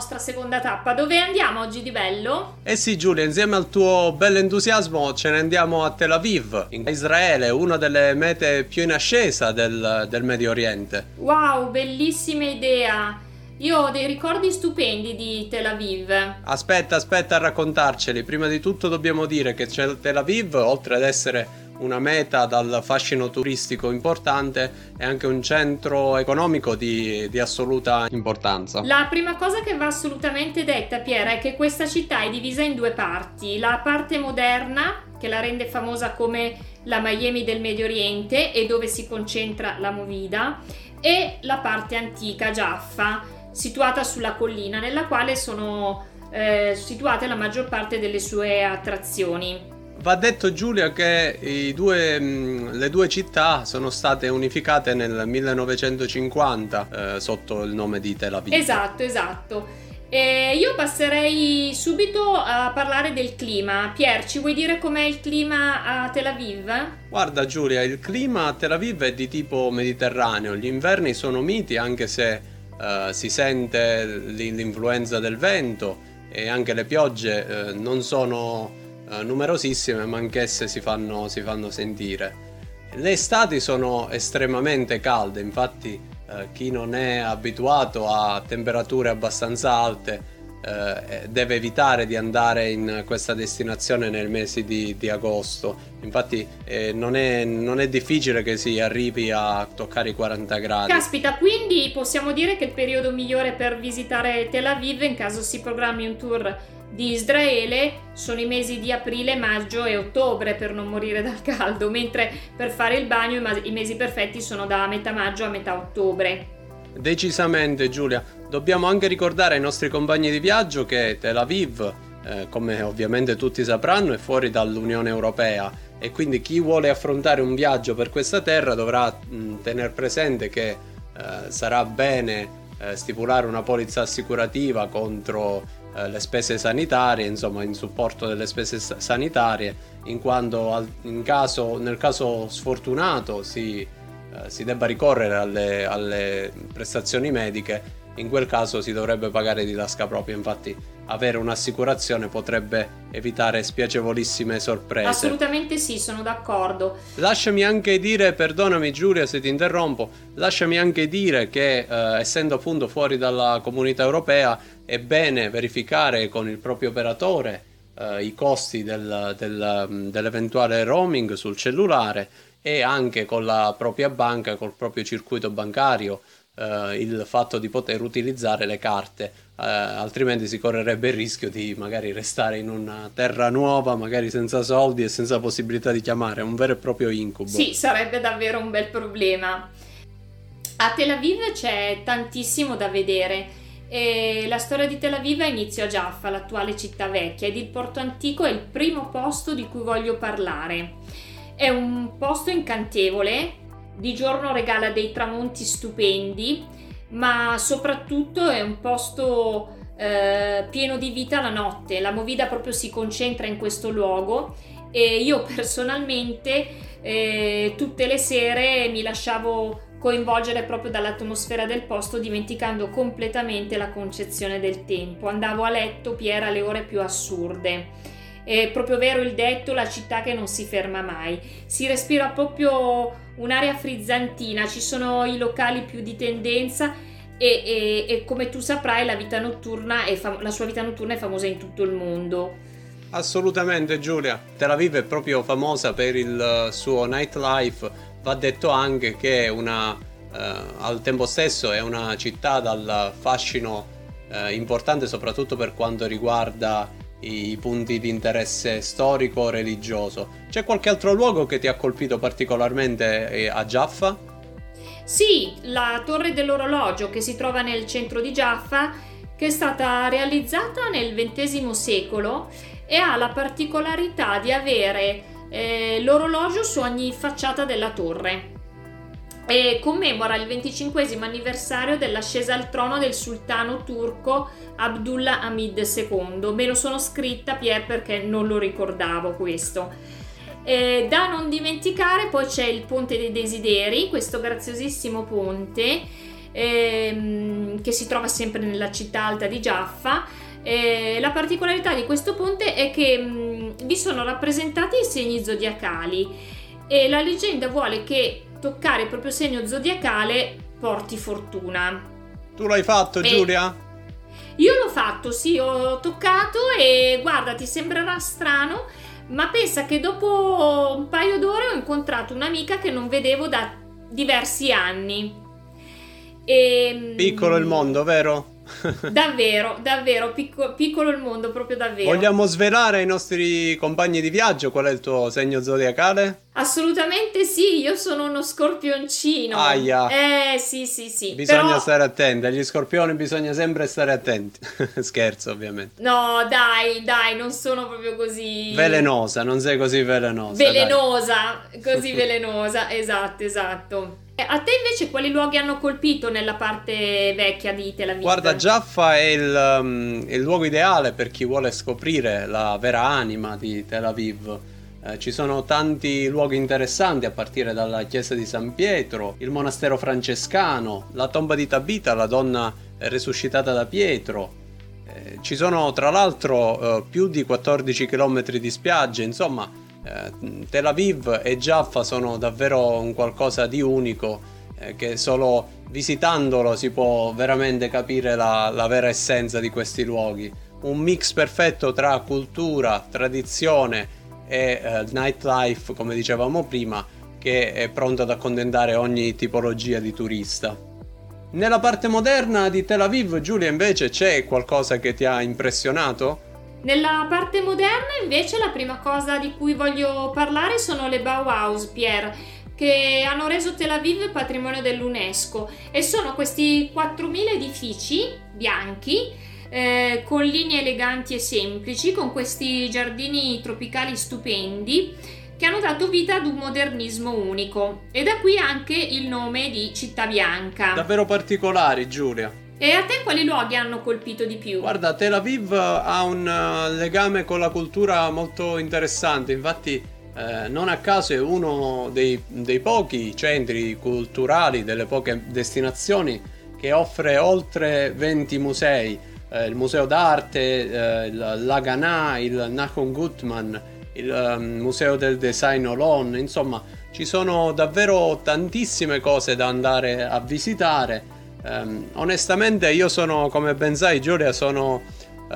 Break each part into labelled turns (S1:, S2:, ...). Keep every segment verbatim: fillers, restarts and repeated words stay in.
S1: nostra seconda tappa. Dove andiamo oggi di bello?
S2: Eh sì Giulia, insieme al tuo bello entusiasmo ce ne andiamo a Tel Aviv, in Israele, una delle mete più in ascesa del, del Medio Oriente.
S1: Wow, bellissima idea! Io ho dei ricordi stupendi di Tel Aviv.
S2: Aspetta, aspetta a raccontarceli. Prima di tutto dobbiamo dire che Tel Aviv, oltre ad essere una meta dal fascino turistico importante, è anche un centro economico di, di assoluta importanza.
S1: La prima cosa che va assolutamente detta, Piera, è che questa città è divisa in due parti. La parte moderna, che la rende famosa come la Miami del Medio Oriente e dove si concentra la Movida, e la parte antica, Jaffa, situata sulla collina, nella quale sono eh, situate la maggior parte delle sue attrazioni.
S2: Va detto Giulia che i due, mh, le due città sono state unificate nel millenovecentocinquanta eh, sotto il nome di Tel Aviv.
S1: Esatto, esatto. E io passerei subito a parlare del clima. Pier, ci vuoi dire com'è il clima a Tel Aviv?
S2: Guarda Giulia, il clima a Tel Aviv è di tipo mediterraneo. Gli inverni sono miti, anche se eh, si sente l'influenza del vento, e anche le piogge eh, non sono numerosissime, ma anch'esse si fanno, si fanno sentire. Le estati sono estremamente calde, infatti eh, chi non è abituato a temperature abbastanza alte eh, deve evitare di andare in questa destinazione nel mese di, di agosto. Infatti eh, non, è, non è difficile che si arrivi a toccare i quaranta gradi.
S1: Caspita, quindi possiamo dire che il periodo migliore per visitare Tel Aviv, in caso si programmi un tour di Israele, sono i mesi di aprile, maggio e ottobre, per non morire dal caldo, mentre per fare il bagno i mesi perfetti sono da metà maggio a metà ottobre.
S2: Decisamente Giulia, dobbiamo anche ricordare ai nostri compagni di viaggio che Tel Aviv, eh, come ovviamente tutti sapranno, è fuori dall'Unione Europea, e quindi chi vuole affrontare un viaggio per questa terra dovrà mh, tener presente che eh, sarà bene eh, stipulare una polizza assicurativa contro le spese sanitarie, insomma in supporto delle spese sanitarie, in quanto al, in caso, nel caso sfortunato si, eh, si debba ricorrere alle, alle prestazioni mediche, in quel caso si dovrebbe pagare di tasca propria. Infatti avere un'assicurazione potrebbe evitare spiacevolissime sorprese.
S1: Assolutamente sì, sono d'accordo.
S2: Lasciami anche dire, perdonami Giulia se ti interrompo, lasciami anche dire che eh, essendo appunto fuori dalla comunità europea è bene verificare con il proprio operatore eh, i costi del, del, dell'eventuale roaming sul cellulare, e anche con la propria banca, col proprio circuito bancario, eh, il fatto di poter utilizzare le carte. Uh, altrimenti si correrebbe il rischio di magari restare in una terra nuova, magari senza soldi e senza possibilità di chiamare. È un vero e proprio incubo.
S1: Sì, sarebbe davvero un bel problema. A Tel Aviv c'è tantissimo da vedere. E la storia di Tel Aviv ha inizio a Jaffa, l'attuale città vecchia, ed il porto antico è il primo posto di cui voglio parlare. È un posto incantevole, di giorno regala dei tramonti stupendi, ma soprattutto è un posto eh, pieno di vita la notte. La Movida proprio si concentra in questo luogo, e io personalmente eh, tutte le sere mi lasciavo coinvolgere proprio dall'atmosfera del posto, dimenticando completamente la concezione del tempo. Andavo a letto, Piera, alle ore più assurde. È proprio vero il detto, la città che non si ferma mai. Si respira proprio un'aria frizzantina, ci sono i locali più di tendenza e, e, e come tu saprai la vita notturna è fam- la sua vita notturna è famosa in tutto il mondo.
S2: Assolutamente Giulia, Tel Aviv è proprio famosa per il suo nightlife. Va detto anche che è una, eh, al tempo stesso è una città dal fascino eh, importante, soprattutto per quanto riguarda i punti di interesse storico o religioso. C'è qualche altro luogo che ti ha colpito particolarmente a Jaffa?
S1: Sì, la torre dell'orologio che si trova nel centro di Jaffa, che è stata realizzata nel ventesimo secolo e ha la particolarità di avere eh, l'orologio su ogni facciata della torre, e commemora il venticinquesimo anniversario dell'ascesa al trono del sultano turco Abdullah Hamid secondo. Me lo sono scritta, Pier, perché non lo ricordavo questo. Eh, da non dimenticare poi c'è il Ponte dei Desideri, questo graziosissimo ponte ehm, che si trova sempre nella città alta di Jaffa. Eh, la particolarità di questo ponte è che mh, vi sono rappresentati i segni zodiacali e la leggenda vuole che toccare il proprio segno zodiacale porti fortuna.
S2: Tu l'hai fatto,
S1: e
S2: Giulia?
S1: Io l'ho fatto, sì, ho toccato e guarda, ti sembrerà strano, ma pensa che dopo un paio d'ore ho incontrato un'amica che non vedevo da diversi anni. E,
S2: Piccolo il mondo, vero?
S1: Davvero, davvero, picco, piccolo il mondo, proprio davvero.
S2: Vogliamo svelare ai nostri compagni di viaggio qual è il tuo segno zodiacale?
S1: Assolutamente sì, io sono uno scorpioncino.
S2: Aia.
S1: Eh sì sì sì.
S2: Bisogna
S1: Però...
S2: stare attenti, agli scorpioni bisogna sempre stare attenti. Scherzo, ovviamente.
S1: No, dai, dai, non sono proprio così...
S2: Velenosa, non sei così velenosa.
S1: Velenosa, dai. Così velenosa, esatto, esatto. A te invece quali luoghi hanno colpito nella parte vecchia di Tel Aviv?
S2: Guarda, Jaffa è il, um, il luogo ideale per chi vuole scoprire la vera anima di Tel Aviv. Eh, ci sono tanti luoghi interessanti, a partire dalla chiesa di San Pietro, il monastero francescano, la tomba di Tabita, la donna resuscitata da Pietro. Eh, ci sono tra l'altro eh, più di quattordici chilometri di spiagge, insomma. Eh, Tel Aviv e Jaffa sono davvero un qualcosa di unico eh, che solo visitandolo si può veramente capire la, la vera essenza di questi luoghi. Un mix perfetto tra cultura, tradizione e eh, nightlife, come dicevamo prima, che è pronto ad accontentare ogni tipologia di turista. Nella parte moderna di Tel Aviv, Giulia, invece c'è qualcosa che ti ha impressionato?
S1: Nella parte moderna invece la prima cosa di cui voglio parlare sono le Bauhaus, Pierre, che hanno reso Tel Aviv patrimonio dell'UNESCO e sono questi quattromila edifici bianchi eh, con linee eleganti e semplici, con questi giardini tropicali stupendi che hanno dato vita ad un modernismo unico e da qui anche il nome di Città Bianca.
S2: Davvero particolari, Giulia.
S1: E a te quali luoghi hanno colpito di più?
S2: Guarda, Tel Aviv ha un uh, legame con la cultura molto interessante, infatti eh, non a caso è uno dei, dei pochi centri culturali, delle poche destinazioni che offre oltre venti musei, eh, il Museo d'Arte, eh, il l'Haganah, il Nahum Gutman, il um, Museo del Design Olon, insomma ci sono davvero tantissime cose da andare a visitare. Um, onestamente io sono, come ben sai Giulia, sono uh,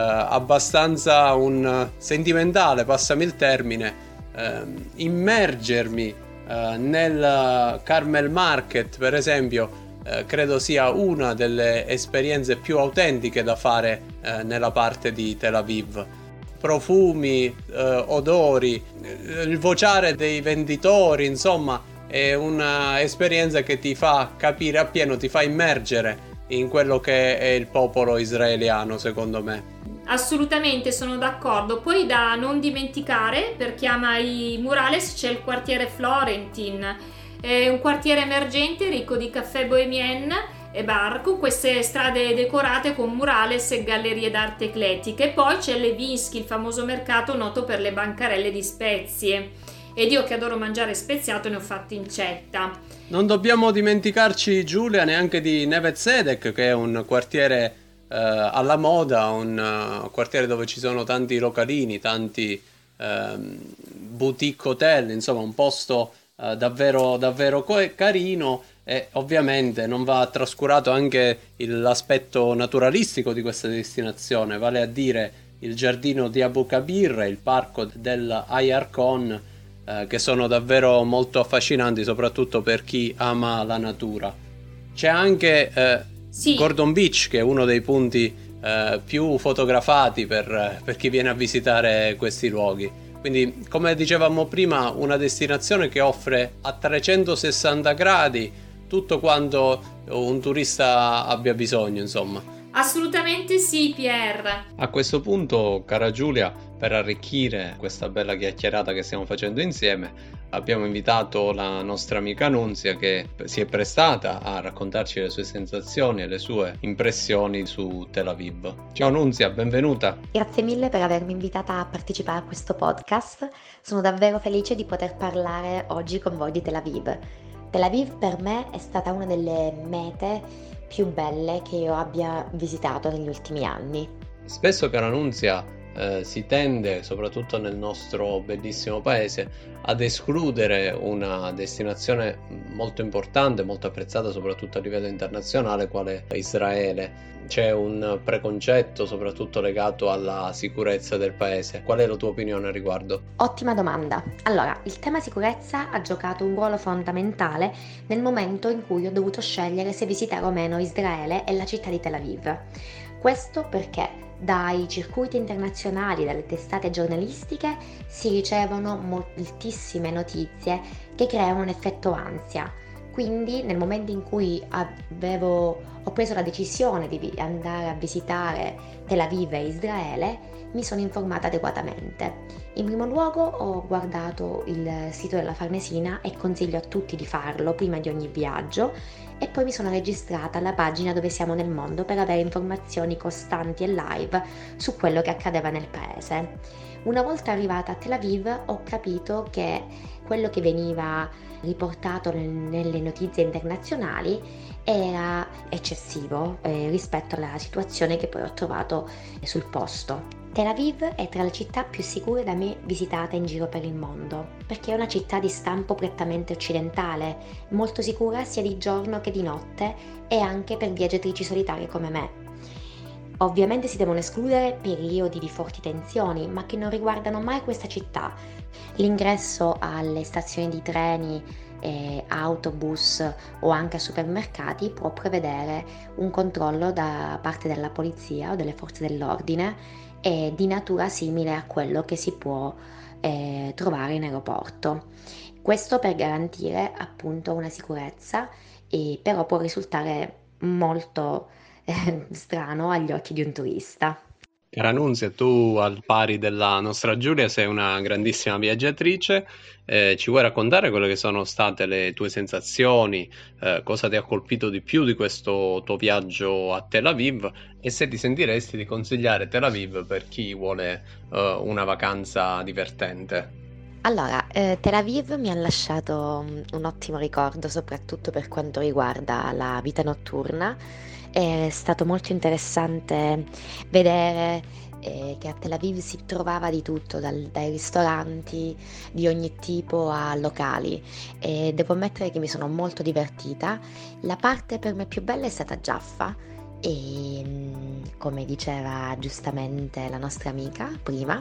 S2: abbastanza un uh, sentimentale, passami il termine, uh, immergermi uh, nel Carmel Market per esempio uh, credo sia una delle esperienze più autentiche da fare uh, nella parte di Tel Aviv. Profumi, uh, odori, il vociare dei venditori, insomma è un'esperienza che ti fa capire appieno, ti fa immergere in quello che è il popolo israeliano, secondo me.
S1: Assolutamente, sono d'accordo. Poi da non dimenticare, per chi ama i murales, c'è il quartiere Florentin, è un quartiere emergente ricco di caffè bohemien e bar, con queste strade decorate con murales e gallerie d'arte eclettiche. Poi c'è Levinsky, il famoso mercato noto per le bancarelle di spezie. Ed io che adoro mangiare speziato ne ho fatto incetta.
S2: Non dobbiamo dimenticarci, Giulia, neanche di Neve Tzedek, che è un quartiere eh, alla moda, un uh, quartiere dove ci sono tanti localini, tanti eh, boutique hotel, insomma un posto eh, davvero, davvero co- carino e ovviamente non va trascurato anche il, l'aspetto naturalistico di questa destinazione, vale a dire il giardino di Abu Kabir e il parco dell'Ayarkon, Eh, che sono davvero molto affascinanti, soprattutto per chi ama la natura. C'è anche eh, sì. Gordon Beach, che è uno dei punti eh, più fotografati per, per chi viene a visitare questi luoghi. Quindi, come dicevamo prima, una destinazione che offre a trecentosessanta gradi tutto quanto un turista abbia bisogno, insomma.
S1: Assolutamente sì, Pierre.
S2: A questo punto, cara Giulia, per arricchire questa bella chiacchierata che stiamo facendo insieme, abbiamo invitato la nostra amica Nunzia, che si è prestata a raccontarci le sue sensazioni e le sue impressioni su Tel Aviv. Ciao Nunzia, benvenuta.
S3: Grazie mille per avermi invitata a partecipare a questo podcast. Sono davvero felice di poter parlare oggi con voi di Tel Aviv. Tel Aviv per me è stata una delle mete più belle che io abbia visitato negli ultimi anni.
S2: Spesso, cara Nunzia, eh, si tende, soprattutto nel nostro bellissimo paese, ad escludere una destinazione molto importante, molto apprezzata soprattutto a livello internazionale, quale Israele. C'è un preconcetto soprattutto legato alla sicurezza del paese. Qual è la tua opinione al riguardo?
S3: Ottima domanda. Allora, il tema sicurezza ha giocato un ruolo fondamentale nel momento in cui ho dovuto scegliere se visitare o meno Israele e la città di Tel Aviv. Questo perché dai circuiti internazionali e dalle testate giornalistiche si ricevono moltissime notizie che creano un effetto ansia. Quindi nel momento in cui avevo, ho preso la decisione di andare a visitare Tel Aviv e Israele, mi sono informata adeguatamente. In primo luogo ho guardato il sito della Farnesina e consiglio a tutti di farlo prima di ogni viaggio, e poi mi sono registrata alla pagina Dove siamo nel mondo per avere informazioni costanti e live su quello che accadeva nel paese. Una volta arrivata a Tel Aviv ho capito che quello che veniva riportato nelle notizie internazionali era eccessivo eh, rispetto alla situazione che poi ho trovato sul posto. Tel Aviv è tra le città più sicure da me visitate in giro per il mondo, perché è una città di stampo prettamente occidentale, molto sicura sia di giorno che di notte e anche per viaggiatrici solitarie come me. Ovviamente si devono escludere periodi di forti tensioni, ma che non riguardano mai questa città. L'ingresso alle stazioni di treni, eh, autobus o anche a supermercati può prevedere un controllo da parte della polizia o delle forze dell'ordine eh, di natura simile a quello che si può eh, trovare in aeroporto. Questo per garantire appunto una sicurezza, e però può risultare molto eh, strano agli occhi di un turista.
S2: Cara Nunzia, tu al pari della nostra Giulia sei una grandissima viaggiatrice, eh, ci vuoi raccontare quelle che sono state le tue sensazioni, eh, cosa ti ha colpito di più di questo tuo viaggio a Tel Aviv, e se ti sentiresti di consigliare Tel Aviv per chi vuole eh, una vacanza divertente?
S3: Allora, eh, Tel Aviv mi ha lasciato mm, un ottimo ricordo, soprattutto per quanto riguarda la vita notturna. È stato molto interessante vedere eh, che a Tel Aviv si trovava di tutto, dal- dai ristoranti di ogni tipo a locali, e devo ammettere che mi sono molto divertita. La parte per me più bella è stata Jaffa e mm, come diceva giustamente la nostra amica prima,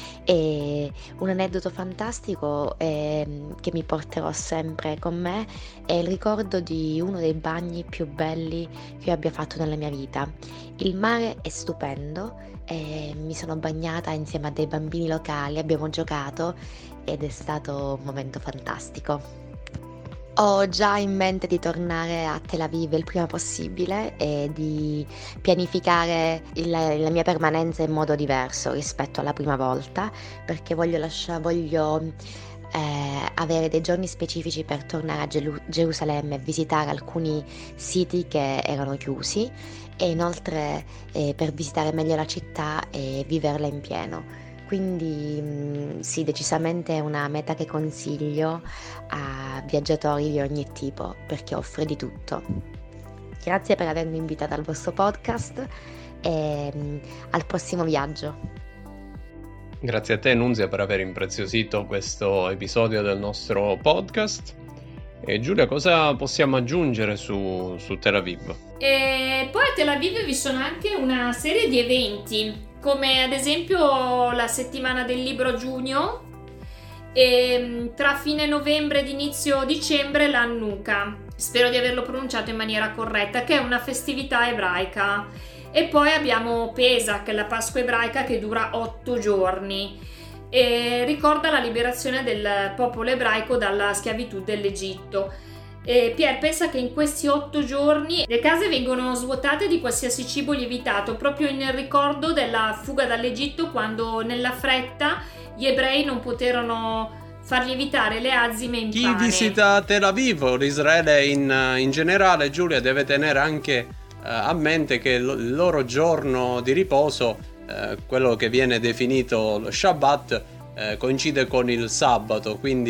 S3: e un aneddoto fantastico ehm, che mi porterò sempre con me è il ricordo di uno dei bagni più belli che io abbia fatto nella mia vita. Il mare è stupendo e mi sono bagnata insieme a dei bambini locali, abbiamo giocato ed è stato un momento fantastico. Ho già in mente di tornare a Tel Aviv il prima possibile e di pianificare il- la mia permanenza in modo diverso rispetto alla prima volta, perché voglio, lascia- voglio eh, avere dei giorni specifici per tornare a Gelu- Gerusalemme e visitare alcuni siti che erano chiusi, e inoltre eh, per visitare meglio la città e viverla in pieno. Quindi mh, sì, decisamente è una meta che consiglio a viaggiatori di ogni tipo, perché offre di tutto. Grazie per avermi invitata al vostro podcast e mh, al prossimo viaggio.
S2: Grazie a te Nunzia per aver impreziosito questo episodio del nostro podcast. E Giulia, cosa possiamo aggiungere su, su Tel Aviv?
S1: E poi a Tel Aviv vi sono anche una serie di eventi, come ad esempio la settimana del libro giugno, e tra fine novembre ed inizio dicembre la Hanukkah, spero di averlo pronunciato in maniera corretta, che è una festività ebraica. E poi abbiamo Pesach, la Pasqua ebraica, che dura otto giorni e ricorda la liberazione del popolo ebraico dalla schiavitù dell'Egitto. E Pier, pensa che in questi otto giorni le case vengono svuotate di qualsiasi cibo lievitato, proprio in ricordo della fuga dall'Egitto, quando nella fretta gli ebrei non poterono far lievitare le azime in
S2: Chi
S1: pane.
S2: visita Tel Aviv o l'Israele in, in generale, Giulia, deve tenere anche eh, a mente che lo- il loro giorno di riposo, eh, quello che viene definito lo Shabbat, eh, coincide con il sabato, quindi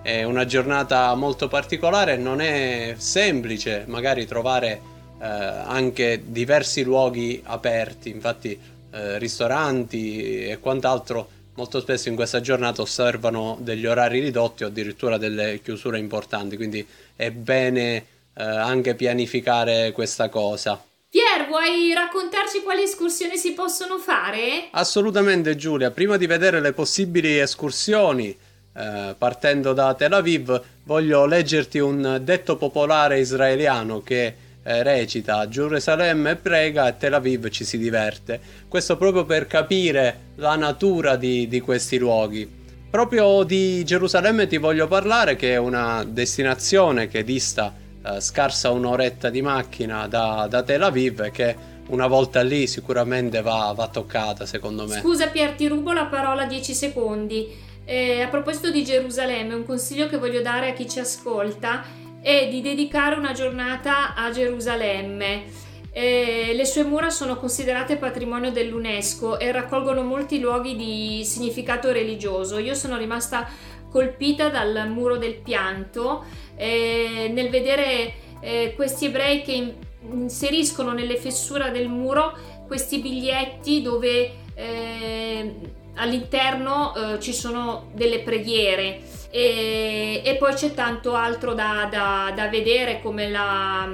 S2: è una giornata molto particolare, non è semplice magari trovare eh, anche diversi luoghi aperti, infatti eh, ristoranti e quant'altro molto spesso in questa giornata osservano degli orari ridotti o addirittura delle chiusure importanti, quindi è bene eh, anche pianificare questa cosa.
S1: Pier, vuoi raccontarci quali escursioni si possono fare?
S2: Assolutamente Giulia, prima di vedere le possibili escursioni eh, partendo da Tel Aviv, voglio leggerti un detto popolare israeliano che eh, recita: Gerusalemme prega e Tel Aviv ci si diverte. Questo proprio per capire la natura di, di questi luoghi. Proprio di Gerusalemme ti voglio parlare, che è una destinazione che dista eh, scarsa un'oretta di macchina da, da Tel Aviv e che una volta lì sicuramente va, va toccata, secondo me.
S1: Scusa Pier, ti rubo la parola dieci secondi. Eh, a proposito di Gerusalemme, un consiglio che voglio dare a chi ci ascolta è di dedicare una giornata a Gerusalemme. Eh, le sue mura sono considerate patrimonio dell'UNESCO e raccolgono molti luoghi di significato religioso. Io sono rimasta colpita dal muro del pianto eh, nel vedere eh, questi ebrei che in- inseriscono nelle fessure del muro questi biglietti dove eh, all'interno eh, ci sono delle preghiere e, e poi c'è tanto altro da, da, da vedere, come la,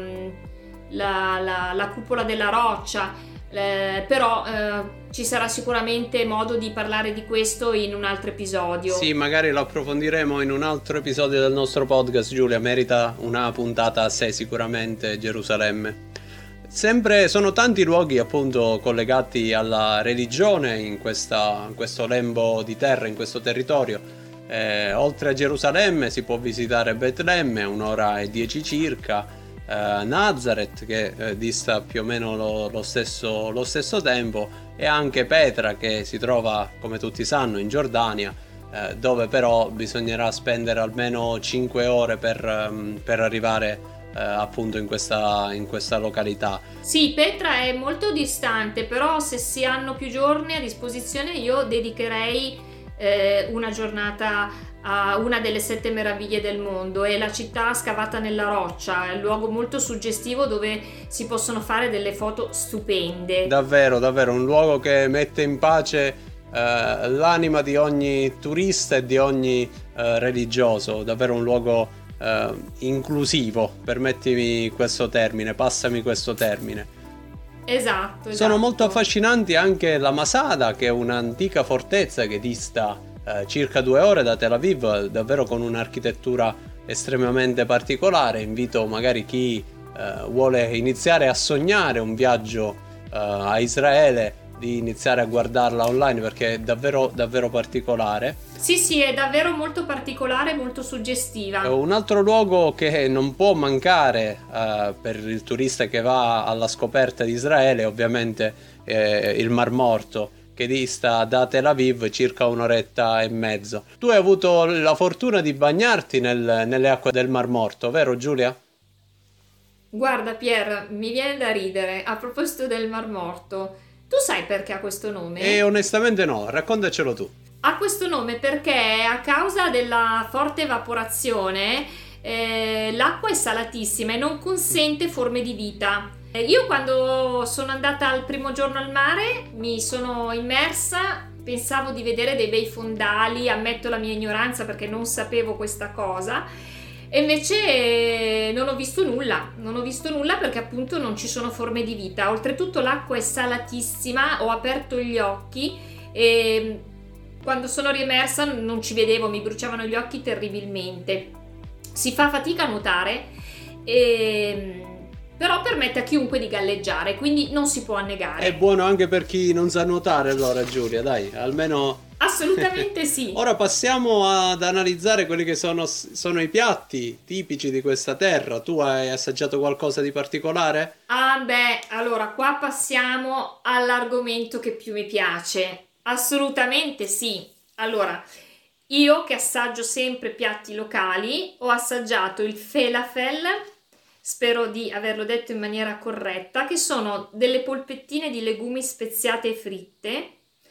S1: la, la, la cupola della roccia, eh, però eh, ci sarà sicuramente modo di parlare di questo in un altro episodio.
S2: Sì, magari lo approfondiremo in un altro episodio del nostro podcast. Giulia, merita una puntata a sé sicuramente Gerusalemme. Sempre sono tanti luoghi appunto collegati alla religione in, questa, in questo lembo di terra, in questo territorio. Eh, oltre a Gerusalemme si può visitare Betlemme, un'ora e dieci circa, eh, Nazareth che eh, dista più o meno lo, lo, stesso, lo stesso tempo, e anche Petra che si trova, come tutti sanno, in Giordania, eh, dove però bisognerà spendere almeno cinque ore per, um, per arrivare Eh, appunto in questa, in questa località.
S1: Sì, Petra è molto distante, però se si hanno più giorni a disposizione io dedicherei eh, una giornata a una delle sette meraviglie del mondo. È la città scavata nella roccia, è un luogo molto suggestivo dove si possono fare delle foto stupende.
S2: Davvero, davvero, un luogo che mette in pace eh, l'anima di ogni turista e di ogni eh, religioso, davvero un luogo Uh, inclusivo, permettimi questo termine, passami questo termine.
S1: Esatto, esatto.
S2: Sono molto affascinanti anche la Masada, che è un'antica fortezza che dista uh, circa due ore da Tel Aviv, davvero con un'architettura estremamente particolare. Invito magari chi uh, vuole iniziare a sognare un viaggio uh, a Israele di iniziare a guardarla online, perché è davvero davvero particolare.
S1: Sì, sì, è davvero molto particolare, molto suggestiva.
S2: Un altro luogo che non può mancare uh, per il turista che va alla scoperta di Israele è ovviamente eh, il Mar Morto, che dista da Tel Aviv circa un'oretta e mezzo. Tu hai avuto la fortuna di bagnarti nel, nelle acque del Mar Morto, vero Giulia?
S1: Guarda Pier, mi viene da ridere. A proposito del Mar Morto, tu sai perché ha questo nome?
S2: E onestamente no, raccontacelo tu.
S1: Ha questo nome perché a causa della forte evaporazione eh, l'acqua è salatissima e non consente forme di vita. Eh, io quando sono andata il primo giorno al mare mi sono immersa, pensavo di vedere dei bei fondali, ammetto la mia ignoranza perché non sapevo questa cosa, e invece eh, non ho visto nulla, non ho visto nulla perché appunto non ci sono forme di vita. Oltretutto l'acqua è salatissima, ho aperto gli occhi e quando sono riemersa non ci vedevo, mi bruciavano gli occhi terribilmente. Si fa fatica a nuotare, e... però permette a chiunque di galleggiare, quindi non si può annegare.
S2: È buono anche per chi non sa nuotare, allora Giulia, dai, almeno...
S1: Assolutamente sì.
S2: Ora passiamo ad analizzare quelli che sono, sono i piatti tipici di questa terra. Tu hai assaggiato qualcosa di particolare?
S1: Ah beh, allora qua passiamo all'argomento che più mi piace. Assolutamente sì. Allora, io che assaggio sempre piatti locali, ho assaggiato il falafel, spero di averlo detto in maniera corretta, che sono delle polpettine di legumi speziate e fritte,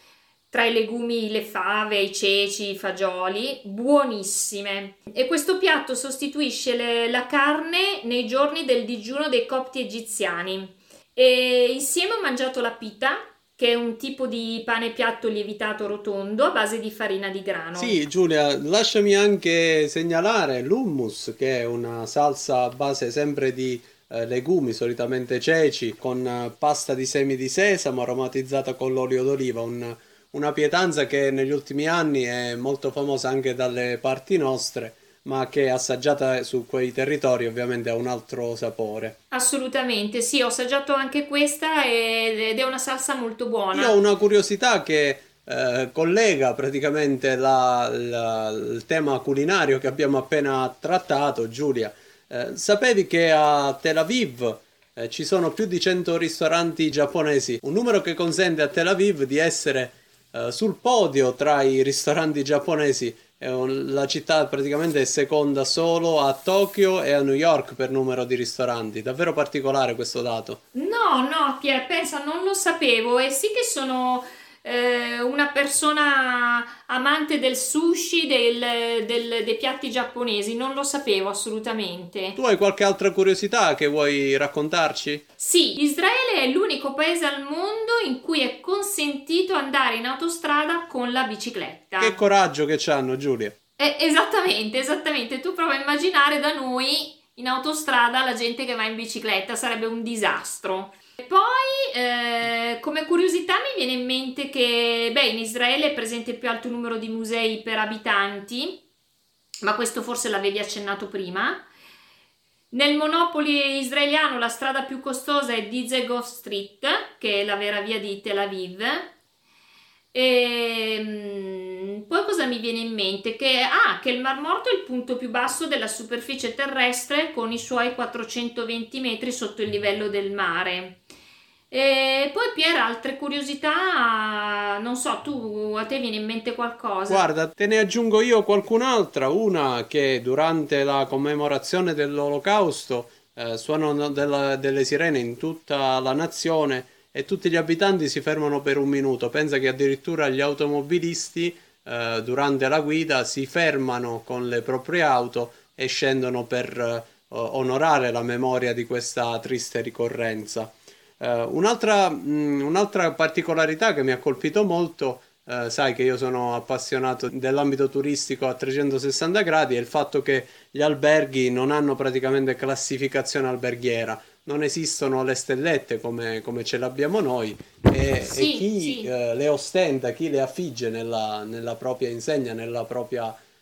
S1: Tra i legumi le fave, i ceci, i fagioli, buonissime. E questo piatto sostituisce le, la carne nei giorni del digiuno dei copti egiziani. E insieme ho mangiato la pita, che è un tipo di pane piatto lievitato rotondo a base di farina di grano.
S2: Sì, Giulia, lasciami anche segnalare l'hummus, che è una salsa a base sempre di eh, legumi, solitamente ceci, con eh, pasta di semi di sesamo aromatizzata con l'olio d'oliva, un una pietanza che negli ultimi anni è molto famosa anche dalle parti nostre, ma che assaggiata su quei territori ovviamente ha un altro sapore.
S1: Assolutamente, sì, ho assaggiato anche questa ed è una salsa molto buona.
S2: Io ho una curiosità che eh, collega praticamente la, la, il tema culinario che abbiamo appena trattato, Giulia. Eh, sapevi che a Tel Aviv eh, ci sono più di cento ristoranti giapponesi, un numero che consente a Tel Aviv di essere Uh, sul podio tra i ristoranti giapponesi. È un, la città praticamente è seconda solo a Tokyo e a New York per numero di ristoranti. Davvero particolare questo dato.
S1: No, no, Pier, pensa, non lo sapevo. E sì che sono eh, una persona amante del sushi, del, del, dei piatti giapponesi, non lo sapevo assolutamente.
S2: Tu hai qualche altra curiosità che vuoi raccontarci?
S1: Sì, Israele è l'unico paese al mondo in cui è consentito andare in autostrada con la bicicletta.
S2: Che coraggio che c'hanno, Giulia!
S1: Eh, esattamente, esattamente. Tu prova a immaginare da noi in autostrada la gente che va in bicicletta, sarebbe un disastro. Poi, eh, come curiosità mi viene in mente che, beh, in Israele è presente il più alto numero di musei per abitanti, ma questo forse l'avevi accennato prima. Nel Monopoli israeliano la strada più costosa è Dizengoff Street, che è la vera via di Tel Aviv. E poi cosa mi viene in mente? Che, ah, che il Mar Morto è il punto più basso della superficie terrestre con i suoi quattrocentoventi metri sotto il livello del mare. E poi Pier, altre curiosità, non so, tu a te viene in mente qualcosa?
S2: Guarda, te ne aggiungo io qualcun'altra, una che durante la commemorazione dell'Olocausto eh, suonano della, delle sirene in tutta la nazione e tutti gli abitanti si fermano per un minuto. Pensa che addirittura gli automobilisti eh, durante la guida si fermano con le proprie auto e scendono per eh, onorare la memoria di questa triste ricorrenza. Uh, un'altra, mh, un'altra particolarità che mi ha colpito molto, uh, sai che io sono appassionato dell'ambito turistico a trecentosessanta gradi, è il fatto che gli alberghi non hanno praticamente classificazione alberghiera, non esistono le stellette come, come ce l'abbiamo noi e,
S1: sì,
S2: e chi
S1: sì.
S2: uh, le ostenta, chi le affigge nella, nella propria insegna, nella propria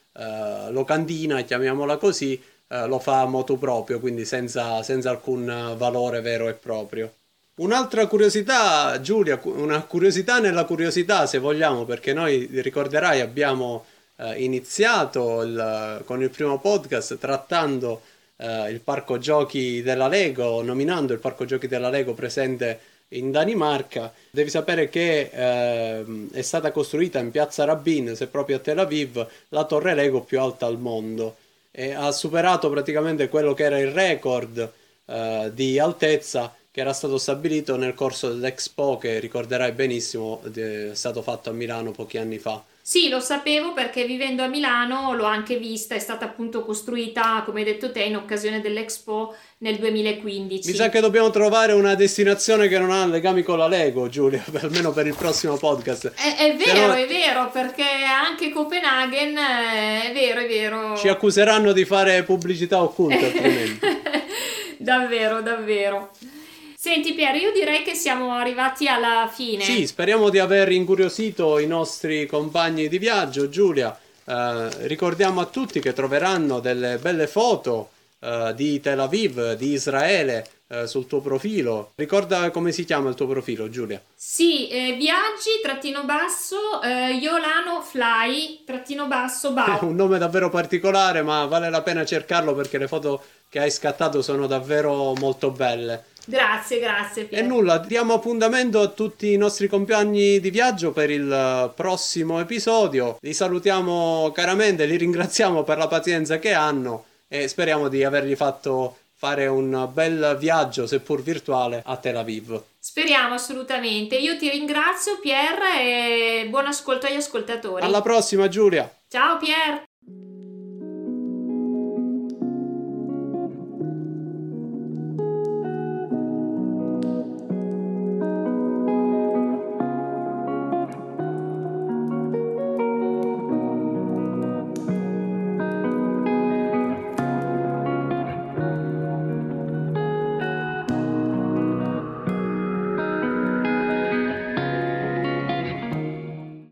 S2: uh, locandina, chiamiamola così, uh, lo fa a motu proprio, quindi senza, senza alcun valore vero e proprio. Un'altra curiosità, Giulia, una curiosità nella curiosità, se vogliamo, perché noi, ricorderai, abbiamo eh, iniziato il, con il primo podcast trattando eh, il parco giochi della Lego, nominando il parco giochi della Lego presente in Danimarca. Devi sapere che eh, è stata costruita in piazza Rabin, se proprio a Tel Aviv, la torre Lego più alta al mondo e ha superato praticamente quello che era il record eh, di altezza che era stato stabilito nel corso dell'Expo, che ricorderai benissimo è stato fatto a Milano pochi anni fa.
S1: Sì, lo sapevo perché vivendo a Milano l'ho anche vista, è stata appunto costruita, come hai detto te, in occasione dell'Expo nel duemilaquindici.
S2: Mi sa che dobbiamo trovare una destinazione che non ha legami con la Lego, Giulia, almeno per il prossimo podcast.
S1: È, è vero,
S2: no...
S1: è vero, perché anche Copenaghen, è vero, è vero.
S2: Ci accuseranno di fare pubblicità occulta altrimenti.
S1: Davvero, davvero. Senti Pier, io direi che siamo arrivati alla fine.
S2: Sì, speriamo di aver incuriosito i nostri compagni di viaggio, Giulia. Eh, ricordiamo a tutti che troveranno delle belle foto eh, di Tel Aviv, di Israele, eh, sul tuo profilo. Ricorda come si chiama il tuo profilo, Giulia?
S1: Sì, eh, viaggi, trattino basso, eh, Yolano Fly, trattino basso, Bau.
S2: È un nome davvero particolare, ma vale la pena cercarlo perché le foto che hai scattato sono davvero molto belle.
S1: Grazie, grazie Pier.
S2: E nulla, diamo appuntamento a tutti i nostri compagni di viaggio per il prossimo episodio. Li salutiamo caramente, li ringraziamo per la pazienza che hanno e speriamo di avergli fatto fare un bel viaggio, seppur virtuale, a Tel Aviv.
S1: Speriamo assolutamente. Io ti ringrazio Pier e buon ascolto agli ascoltatori.
S2: Alla prossima Giulia.
S1: Ciao Pier.